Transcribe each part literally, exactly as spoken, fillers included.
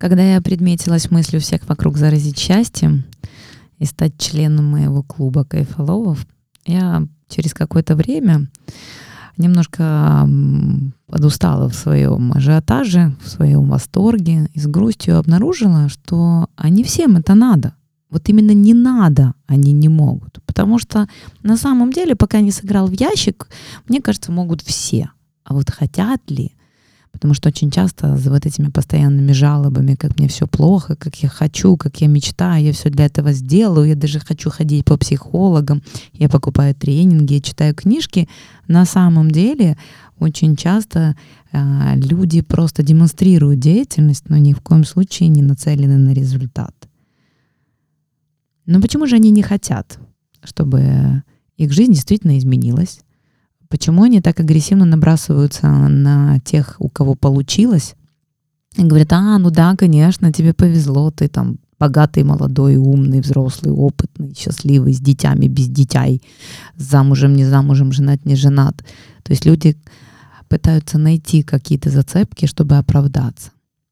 Когда я предметилась мыслью всех вокруг заразить счастьем и стать членом моего клуба кайфоловов, я через какое-то время немножко подустала в своем ажиотаже, в своем восторге и с грустью обнаружила, что а не всем это надо. Вот именно не надо они не могут. Потому что на самом деле, пока не сыграл в ящик, мне кажется, могут все. А вот хотят ли? Потому что очень часто за вот этими постоянными жалобами, как мне все плохо, как я хочу, как я мечтаю, я все для этого сделаю, я даже хочу ходить по психологам, я покупаю тренинги, я читаю книжки. На самом деле очень часто э, люди просто демонстрируют деятельность, но ни в коем случае не нацелены на результат. Но почему же они не хотят, чтобы их жизнь действительно изменилась? Почему они так агрессивно набрасываются на тех, у кого получилось, и говорят: а, ну да, конечно, тебе повезло, ты там богатый, молодой, умный, взрослый, опытный, счастливый, с детьми, без детей, замужем, не замужем, женат, не женат. То есть люди пытаются найти какие-то зацепки, чтобы оправдаться.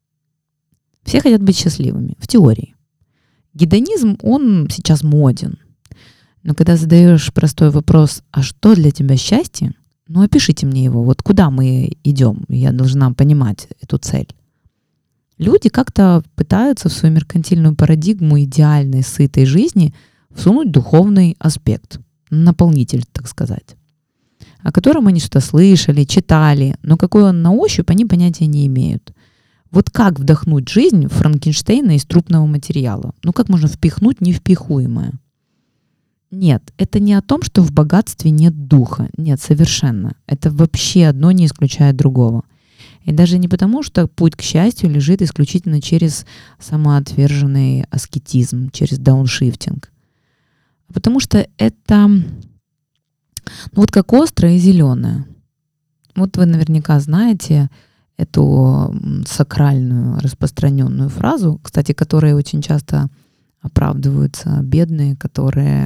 Все хотят быть счастливыми, в теории. Гедонизм, он сейчас моден. Но когда задаешь простой вопрос, а что для тебя счастье? Ну, опишите мне его. Вот куда мы идем? Я должна понимать эту цель. Люди как-то пытаются в свою меркантильную парадигму идеальной, сытой жизни всунуть духовный аспект, наполнитель, так сказать, о котором они что-то слышали, читали, но какой он на ощупь, они понятия не имеют. Вот как вдохнуть жизнь в Франкенштейна из трупного материала? Ну, как можно впихнуть невпихуемое? Нет, это не о том, что в богатстве нет духа. Нет, совершенно. Это вообще одно не исключает другого. И даже не потому, что путь к счастью лежит исключительно через самоотверженный аскетизм, через дауншифтинг. А потому что это ну, вот как острое и зеленое. Вот вы наверняка знаете эту сакральную распространенную фразу, кстати, которая очень часто оправдываются бедные, которые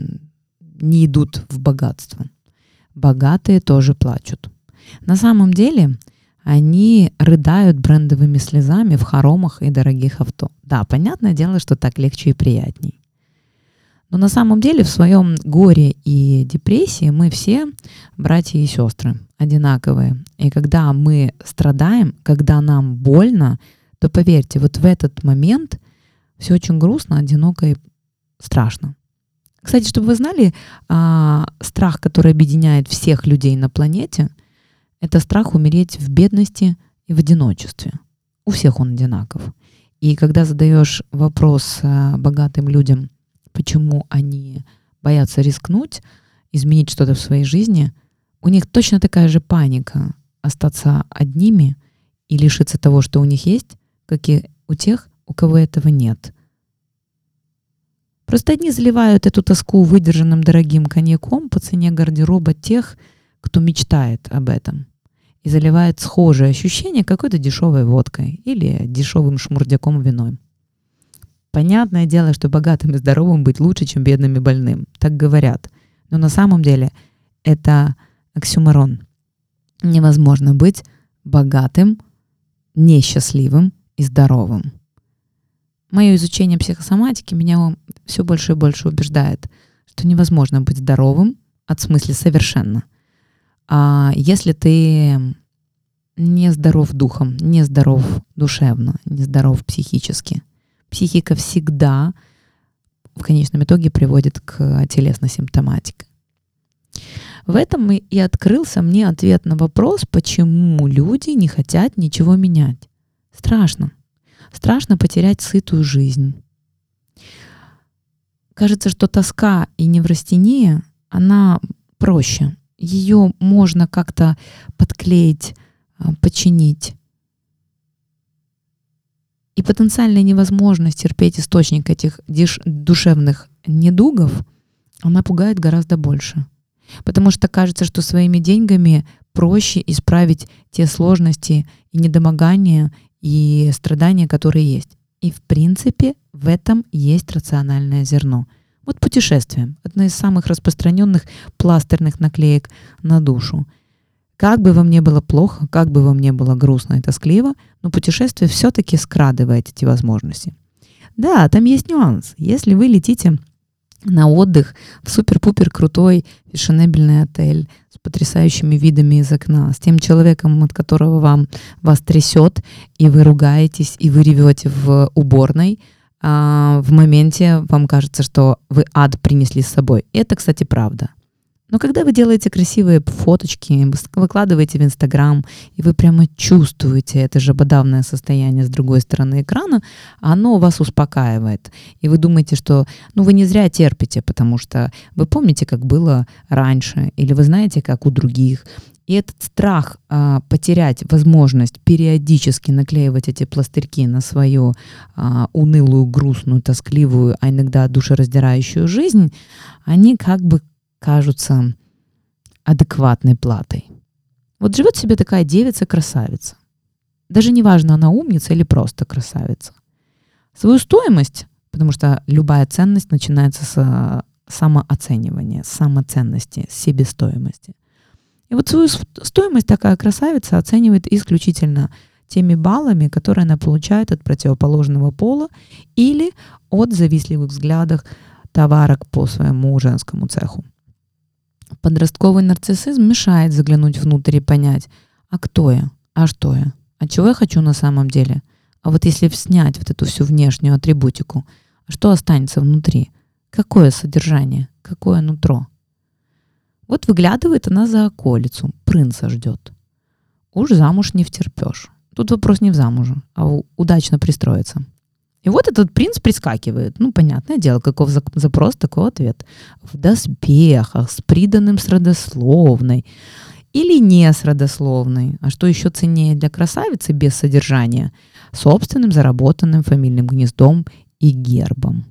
не идут в богатство. Богатые тоже плачут. На самом деле они рыдают брендовыми слезами в хоромах и дорогих авто. Да, понятное дело, что так легче и приятней. Но на самом деле в своем горе и депрессии мы все братья и сестры одинаковые. И когда мы страдаем, когда нам больно, то поверьте, вот в этот момент все очень грустно, одиноко и страшно. Кстати, чтобы вы знали, страх, который объединяет всех людей на планете, это страх умереть в бедности и в одиночестве. У всех он одинаков. И когда задаешь вопрос богатым людям, почему они боятся рискнуть, изменить что-то в своей жизни, у них точно такая же паника остаться одними и лишиться того, что у них есть, как и у тех, у кого этого нет. Просто одни заливают эту тоску выдержанным дорогим коньяком по цене гардероба тех, кто мечтает об этом, и заливают схожее ощущение какой-то дешевой водкой или дешевым шмурдяком вином. Понятное дело, что богатым и здоровым быть лучше, чем бедным и больным. Так говорят. Но на самом деле это оксюморон. Невозможно быть богатым, несчастливым и здоровым. Мое изучение психосоматики меня все больше и больше убеждает, что невозможно быть здоровым, от смысле совершенно. А если ты не здоров духом, не здоров душевно, не здоров психически, психика всегда в конечном итоге приводит к телесной симптоматике. В этом и открылся мне ответ на вопрос, почему люди не хотят ничего менять. Страшно. Страшно потерять сытую жизнь. Кажется, что тоска и неврастения, она проще. Ее можно как-то подклеить, починить. И потенциальная невозможность терпеть источник этих душевных недугов, она пугает гораздо больше. Потому что кажется, что своими деньгами проще исправить те сложности и недомогания, и страдания, которые есть. И в принципе в этом есть рациональное зерно. Вот путешествие. Одна из самых распространенных пластерных наклеек на душу. Как бы вам ни было плохо, как бы вам ни было грустно и тоскливо, но путешествие все-таки скрадывает эти возможности. Да, там есть нюанс. Если вы летите на отдых в супер-пупер крутой фешенебельный отель с потрясающими видами из окна, с тем человеком, от которого вам вас трясет, и вы ругаетесь, и вы ревете в уборной, а в моменте вам кажется, что вы ад принесли с собой. И это, кстати, правда. Но когда вы делаете красивые фоточки, выкладываете в Инстаграм, и вы прямо чувствуете это жабодавное состояние с другой стороны экрана, оно вас успокаивает. И вы думаете, что ну, вы не зря терпите, потому что вы помните, как было раньше, или вы знаете, как у других. И этот страх а, потерять возможность периодически наклеивать эти пластырьки на свою а, унылую, грустную, тоскливую, а иногда душераздирающую жизнь, они как бы кажутся адекватной платой. Вот живет себе такая девица-красавица. Даже не важно, она умница или просто красавица. Свою стоимость, потому что любая ценность начинается с самооценивания, с самоценности, с себестоимости. И вот свою стоимость такая красавица оценивает исключительно теми баллами, которые она получает от противоположного пола или от завистливых взглядов товарок по своему женскому цеху. Подростковый нарциссизм мешает заглянуть внутрь и понять, а кто я, а что я, а чего я хочу на самом деле. А вот если снять вот эту всю внешнюю атрибутику, а что останется внутри? Какое содержание, какое нутро? Вот выглядывает она за околицу, принца ждет. Уж замуж не втерпешь. Тут вопрос не в замуже, а удачно пристроиться. И вот этот принц прискакивает. Ну, понятное дело, каков запрос, такой ответ. В доспехах, с приданым с родословной. Или не с родословной. А что еще ценнее для красавицы без содержания? Собственным заработанным фамильным гнездом и гербом.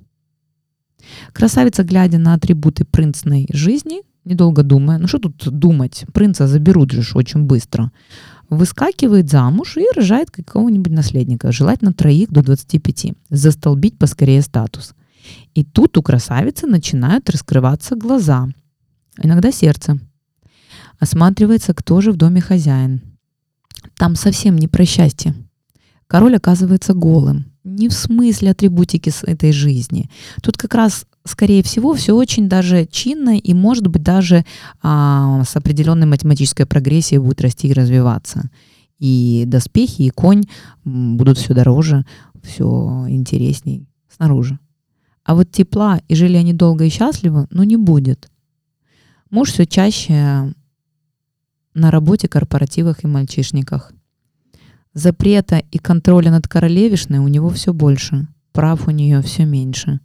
Красавица, глядя на атрибуты принцной жизни, недолго думая, ну что тут думать, принца заберут же очень быстро, выскакивает замуж и рожает какого-нибудь наследника, желательно троих до двадцати пяти, застолбить поскорее статус. И тут у красавицы начинают раскрываться глаза, иногда сердце. Осматривается, кто же в доме хозяин. Там совсем не про счастье. Король оказывается голым. Не в смысле атрибутики с этой жизни. Тут как раз, скорее всего, все очень даже чинно и, может быть, даже а, с определенной математической прогрессией будет расти и развиваться. И доспехи, и конь будут все дороже, все интересней снаружи. А вот тепла и жили они долго и счастливо, ну, не будет. Муж все чаще на работе, корпоративах и мальчишниках. Запрета и контроля над королевишной у него все больше, прав у нее все меньше.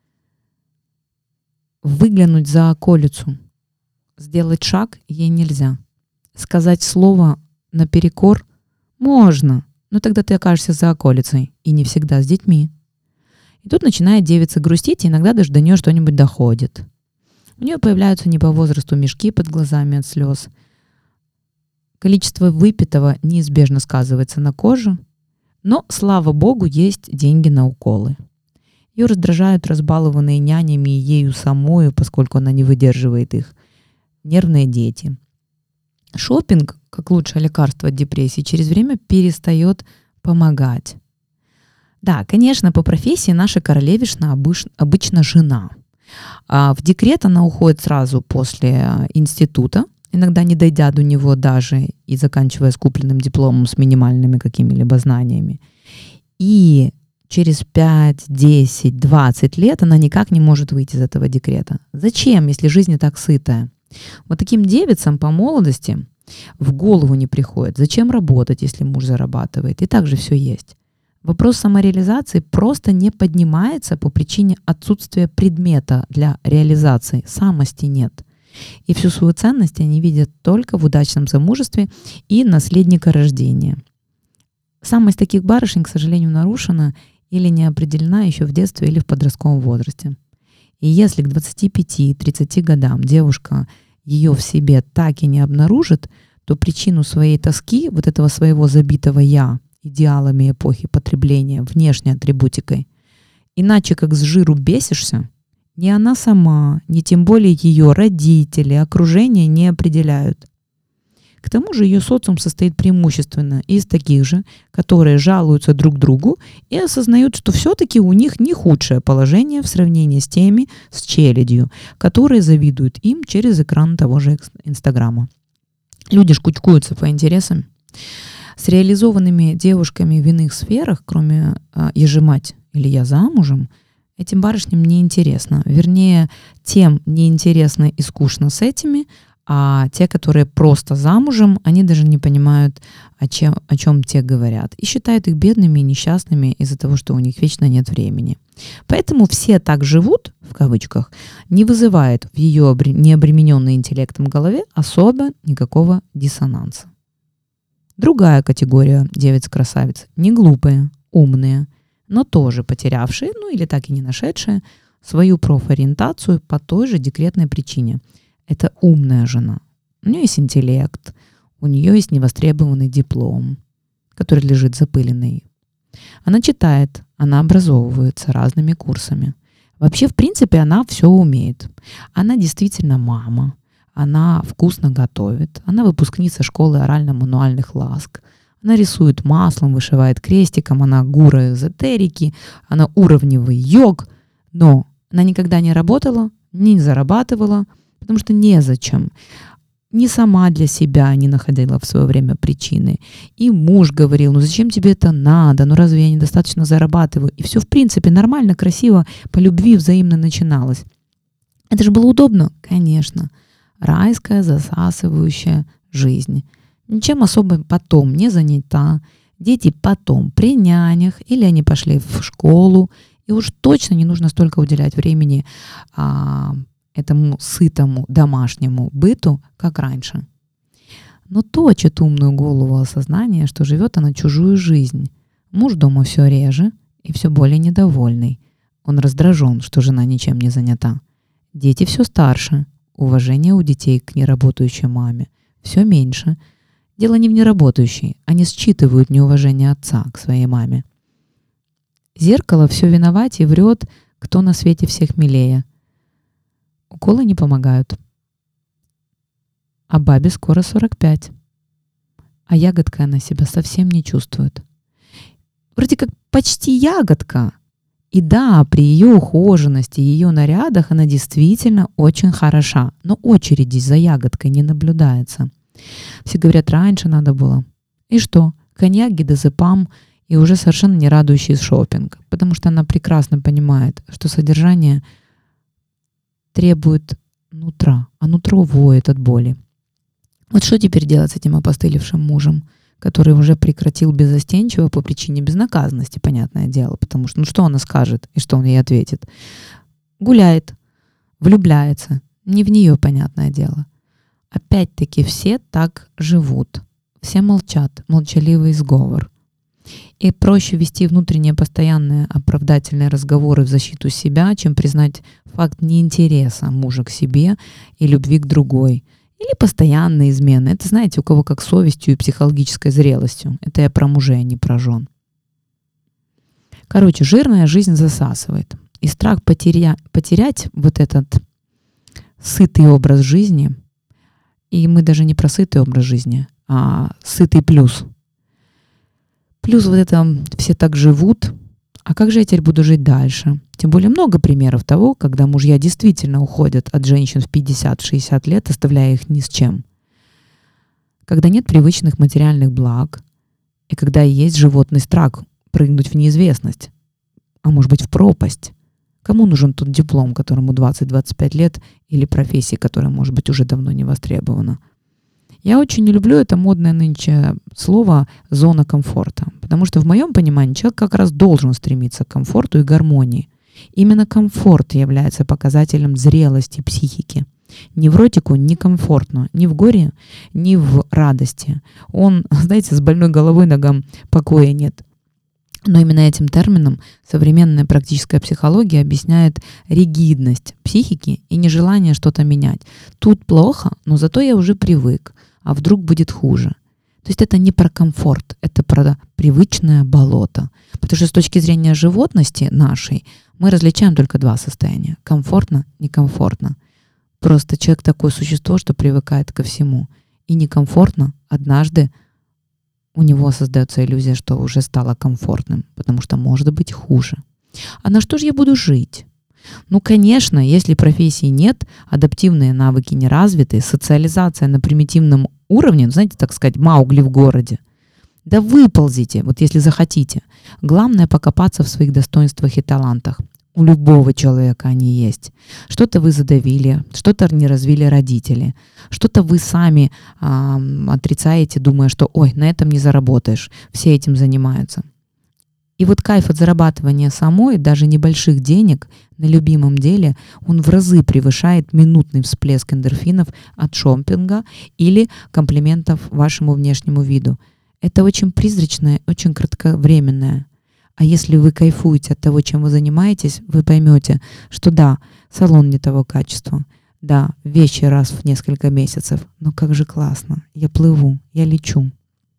Выглянуть за околицу, сделать шаг ей нельзя. Сказать слово наперекор можно, но тогда ты окажешься за околицей, и не всегда с детьми. И тут начинает девица грустить, и иногда даже до нее что-нибудь доходит. У нее появляются не по возрасту мешки под глазами от слез. Количество выпитого неизбежно сказывается на коже, но, слава богу, есть деньги на уколы. Ее раздражают разбалованные нянями и ею самою, поскольку она не выдерживает их, нервные дети. Шопинг, как лучшее лекарство от депрессии, через время перестает помогать. Да, конечно, по профессии наша королевишна обыч, обычно жена. А в декрет она уходит сразу после института, иногда не дойдя до него даже и заканчивая с купленным дипломом с минимальными какими-либо знаниями. И через пять, десять, двадцать лет она никак не может выйти из этого декрета. Зачем, если жизнь и так сытая? Вот таким девицам по молодости в голову не приходит. Зачем работать, если муж зарабатывает? И так же все есть. Вопрос самореализации просто не поднимается по причине отсутствия предмета для реализации. Самости нет. И всю свою ценность они видят только в удачном замужестве и наследникорождении. Самость таких барышень, к сожалению, нарушена или не определена еще в детстве или в подростковом возрасте. И если к двадцати пяти - тридцати годам девушка ее в себе так и не обнаружит, то причину своей тоски, вот этого своего забитого «я», идеалами эпохи потребления, внешней атрибутикой, иначе как с жиру бесишься, ни она сама, ни тем более ее родители, окружение не определяют. К тому же ее социум состоит преимущественно из таких же, которые жалуются друг другу и осознают, что все-таки у них не худшее положение в сравнении с теми, с челядью, которые завидуют им через экран того же Инстаграма. Люди ж кучкуются по интересам. С реализованными девушками в иных сферах, кроме э, «ежемать» или «я замужем», этим барышням неинтересно. Вернее, тем неинтересно и скучно с этими, а те, которые просто замужем, они даже не понимают, о чем, о чем те говорят. И считают их бедными и несчастными из-за того, что у них вечно нет времени. Поэтому «все так живут», в кавычках, не вызывает в ее необремененной интеллектом голове особо никакого диссонанса. Другая категория девиц-красавиц – не глупые, умные, но тоже потерявшие, ну или так и не нашедшие, свою профориентацию по той же декретной причине. Это умная жена. У нее есть интеллект, у нее есть невостребованный диплом, который лежит запыленный. Она читает, она образовывается разными курсами. Вообще, в принципе, она все умеет. Она действительно мама. Она вкусно готовит. Она выпускница школы орально-мануальных ласк. Она рисует маслом, вышивает крестиком. Она гура эзотерики. Она уровневый йог. Но она никогда не работала, не зарабатывала, потому что незачем. Ни сама для себя не находила в свое время причины. И муж говорил, ну зачем тебе это надо? Ну разве я недостаточно зарабатываю? И все в принципе нормально, красиво, по любви взаимно начиналось. Это же было удобно? Конечно. Райская, засасывающая жизнь. Ничем особым потом не занята. Дети потом при нянях, или они пошли в школу. И уж точно не нужно столько уделять времени а, этому сытому домашнему быту, как раньше. Но точит умную голову осознание, что живет она чужую жизнь. Муж дома все реже и все более недовольный. Он раздражен, что жена ничем не занята. Дети все старше. Уважение у детей к неработающей маме все меньше. Дело не в неработающей. Они считывают неуважение отца к своей маме. Зеркало все виноват и врет, кто на свете всех милее. Уколы не помогают. А бабе скоро сорок пять. А ягодкой она себя совсем не чувствует. Вроде как почти ягодка. И да, при ее ухоженности и ее нарядах она действительно очень хороша. Но очереди за ягодкой не наблюдается. Все говорят, раньше надо было. И что? Коньяк, гидозепам и уже совершенно не радующий шопинг. Потому что она прекрасно понимает, что содержание требует нутра, а нутро воет от боли. Вот что теперь делать с этим опостылевшим мужем, который уже прекратил беззастенчиво по причине безнаказанности, понятное дело, потому что ну что она скажет и что он ей ответит? Гуляет, влюбляется, не в нее, понятное дело. Опять-таки все так живут, все молчат, молчаливый сговор. И проще вести внутренние постоянные оправдательные разговоры в защиту себя, чем признать факт неинтереса мужа к себе и любви к другой. Или постоянные измены. Это, знаете, у кого как совестью и психологической зрелостью. Это я про мужей, а не про жен. Короче, жирная жизнь засасывает. И страх потеря... потерять вот этот сытый образ жизни, и мы даже не про сытый образ жизни, а сытый плюс. Плюс вот это все так живут. А как же я теперь буду жить дальше? Тем более много примеров того, когда мужья действительно уходят от женщин в пятьдесят-шестьдесят лет, оставляя их ни с чем. Когда нет привычных материальных благ, и когда есть животный страх прыгнуть в неизвестность, а может быть в пропасть. Кому нужен тот диплом, которому двадцать-двадцать пять лет, или профессия, которая, может быть, уже давно не востребована? Я очень не люблю это модное нынче слово «зона комфорта», потому что в моем понимании человек как раз должен стремиться к комфорту и гармонии. Именно комфорт является показателем зрелости психики. Невротику некомфортно ни в горе, ни в радости. Он, знаете, с больной головой ногам покоя нет. Но именно этим термином современная практическая психология объясняет ригидность психики и нежелание что-то менять. Тут плохо, но зато я уже привык. А вдруг будет хуже. То есть это не про комфорт, это про привычное болото. Потому что с точки зрения животности нашей мы различаем только два состояния. Комфортно, некомфортно. Просто человек такое существо, что привыкает ко всему. и некомфортно, однажды у него создается иллюзия, что уже стало комфортным, потому что может быть хуже. А на что же я буду жить? Ну, конечно, если профессии нет, адаптивные навыки не развиты, социализация на примитивном уровне, знаете, так сказать, Маугли в городе, да выползите, вот если захотите. Главное покопаться в своих достоинствах и талантах. У любого человека они есть. Что-то вы задавили, что-то не развили родители, что-то вы сами э, отрицаете, думая, что ой, на этом не заработаешь. Все этим занимаются. И вот кайф от зарабатывания самой, даже небольших денег на любимом деле, он в разы превышает минутный всплеск эндорфинов от шопинга или комплиментов вашему внешнему виду. Это очень призрачное, очень кратковременное. А если вы кайфуете от того, чем вы занимаетесь, вы поймете, что да, салон не того качества, да, вещи раз в несколько месяцев, но как же классно, я плыву, я лечу.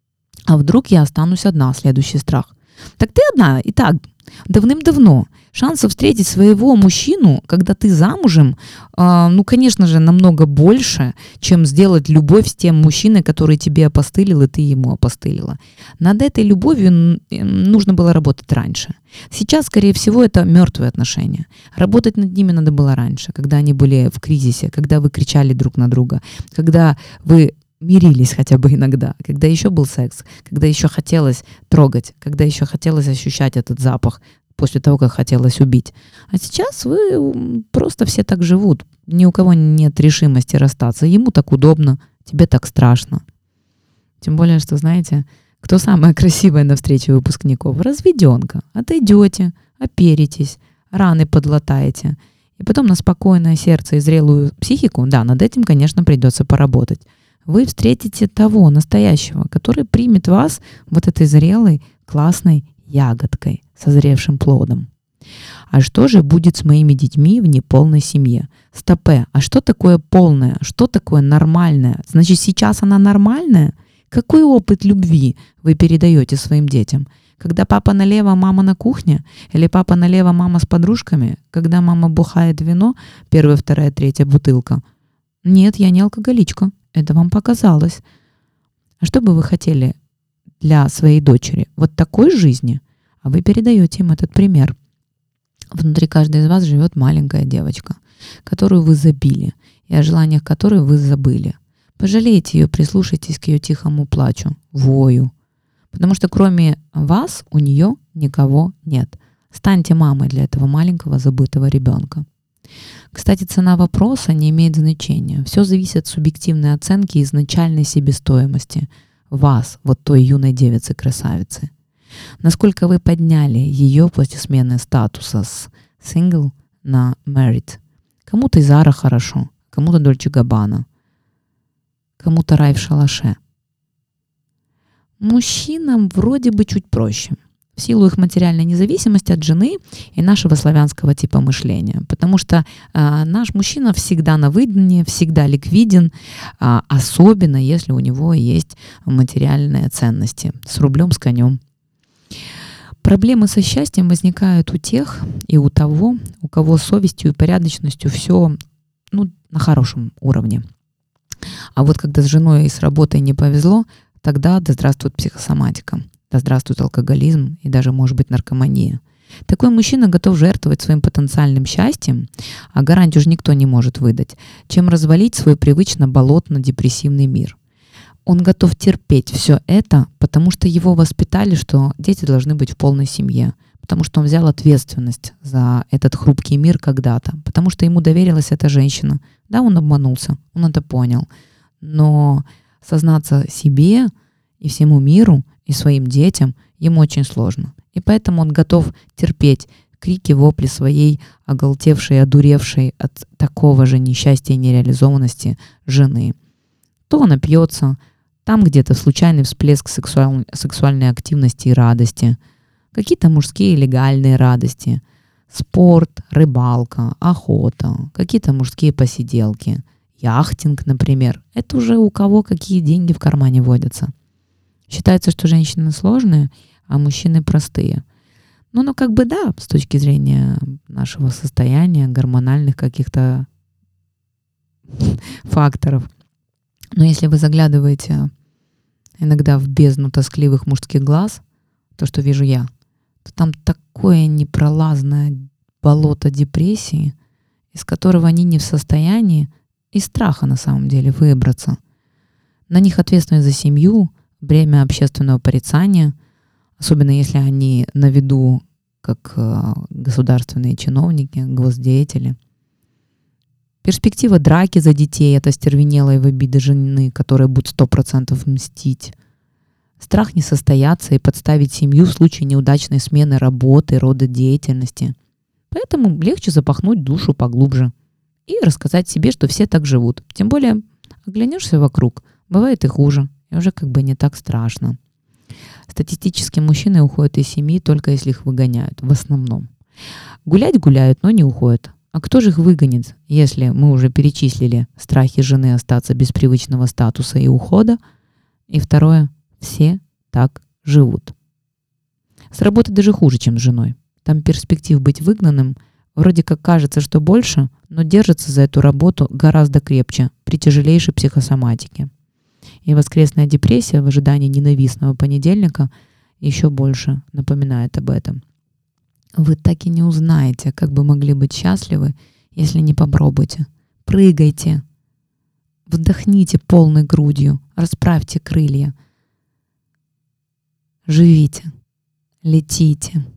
А вдруг я останусь одна, следующий страх. Так ты одна, и так, давным-давно. Шансов встретить своего мужчину, когда ты замужем, э, ну, конечно же, намного больше, чем сделать любовь с тем мужчиной, который тебе опостылил, и ты ему опостылила. Над этой любовью нужно было работать раньше. Сейчас, скорее всего, это мертвые отношения. Работать над ними надо было раньше, когда они были в кризисе, когда вы кричали друг на друга, когда вы мирились хотя бы иногда, когда еще был секс, когда еще хотелось трогать, когда еще хотелось ощущать этот запах после того, как хотелось убить. А сейчас вы просто все так живут. Ни у кого нет решимости расстаться. Ему так удобно, тебе так страшно. Тем более, что, знаете, кто самая красивая на встрече выпускников? Разведенка. Отойдете, оперитесь, раны подлатаете. И потом на спокойное сердце и зрелую психику, да, над этим, конечно, придется поработать. Вы встретите того настоящего, который примет вас вот этой зрелой, классной ягодкой, созревшим плодом. А что же будет с моими детьми в неполной семье? Стопе, а что такое полное? Что такое нормальное? Значит, сейчас она нормальная? Какой опыт любви вы передаете своим детям? Когда папа налево, мама на кухне? Или папа налево, мама с подружками? Когда мама бухает вино, первая, вторая, третья бутылка? Нет, я не алкоголичка. Это вам показалось. А что бы вы хотели для своей дочери? Вот такой жизни? А вы передаете им этот пример. Внутри каждой из вас живет маленькая девочка, которую вы забили, и о желаниях которой вы забыли. Пожалейте ее, прислушайтесь к ее тихому плачу, вою. Потому что кроме вас у нее никого нет. Станьте мамой для этого маленького забытого ребенка. Кстати, цена вопроса не имеет значения. Все зависит от субъективной оценки изначальной себестоимости вас, вот той юной девицы-красавицы. Насколько вы подняли ее после смены статуса с single на married. Кому-то из Zara хорошо, кому-то Dolce Gabbana, кому-то рай в шалаше. Мужчинам вроде бы чуть проще. В силу их материальной независимости от жены и нашего славянского типа мышления. Потому что э, наш мужчина всегда на выданье, всегда ликвиден, э, особенно если у него есть материальные ценности с рублем, с конем. Проблемы со счастьем возникают у тех и у того, у кого с совестью и порядочностью все ну, на хорошем уровне. А вот когда с женой и с работой не повезло, тогда да здравствует психосоматика. Да здравствует алкоголизм и даже, может быть, наркомания. Такой мужчина готов жертвовать своим потенциальным счастьем, а гарантию же никто не может выдать, чем развалить свой привычно болотно-депрессивный мир. Он готов терпеть все это, потому что его воспитали, что дети должны быть в полной семье, потому что он взял ответственность за этот хрупкий мир когда-то, потому что ему доверилась эта женщина. Да, он обманулся, он это понял, но сознаться себе и всему миру, и своим детям ему очень сложно. И поэтому он готов терпеть крики, вопли своей оголтевшей, одуревшей от такого же несчастья и нереализованности жены. То он напьется, там где-то случайный всплеск сексуаль... сексуальной активности и радости, какие-то мужские легальные радости, спорт, рыбалка, охота, какие-то мужские посиделки, яхтинг, например. Это уже у кого какие деньги в кармане водятся. Считается, что женщины сложные, а мужчины простые. Ну, ну, как бы да, с точки зрения нашего состояния, гормональных каких-то факторов. Но если вы заглядываете иногда в бездну тоскливых мужских глаз, то, что вижу я, то там такое непролазное болото депрессии, из которого они не в состоянии, и страха на самом деле, выбраться. На них ответственность за семью, бремя общественного порицания, особенно если они на виду как э, государственные чиновники, госдеятели. Перспектива драки за детей от остервенелой в обиды жены, которая будет сто процентов мстить. Страх не состояться и подставить семью в случае неудачной смены работы, рода деятельности. Поэтому легче запахнуть душу поглубже и рассказать себе, что все так живут. Тем более, оглянешься вокруг, бывает и хуже, и уже как бы не так страшно. Статистически мужчины уходят из семьи только если их выгоняют, в основном. Гулять гуляют, но не уходят. А кто же их выгонит, если мы уже перечислили страхи жены остаться без привычного статуса и ухода? И второе, все так живут. С работы даже хуже, чем с женой. Там перспектив быть выгнанным вроде как кажется, что больше, но держится за эту работу гораздо крепче при тяжелейшей психосоматике. И воскресная депрессия в ожидании ненавистного понедельника еще больше напоминает об этом. Вы так и не узнаете, как бы могли быть счастливы, если не попробуете. Прыгайте, вдохните полной грудью, расправьте крылья. Живите, летите.